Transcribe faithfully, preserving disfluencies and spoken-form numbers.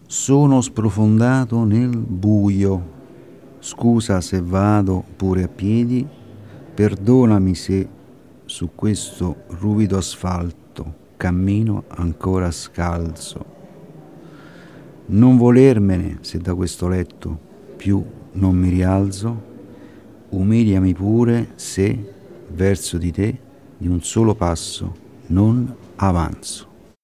Sono sprofondato nel buio, scusa se vado pure a piedi, perdonami se su questo ruvido asfalto cammino ancora scalzo. Non volermene se da questo letto più non mi rialzo, umiliami pure se verso di te di un solo passo non avanzo.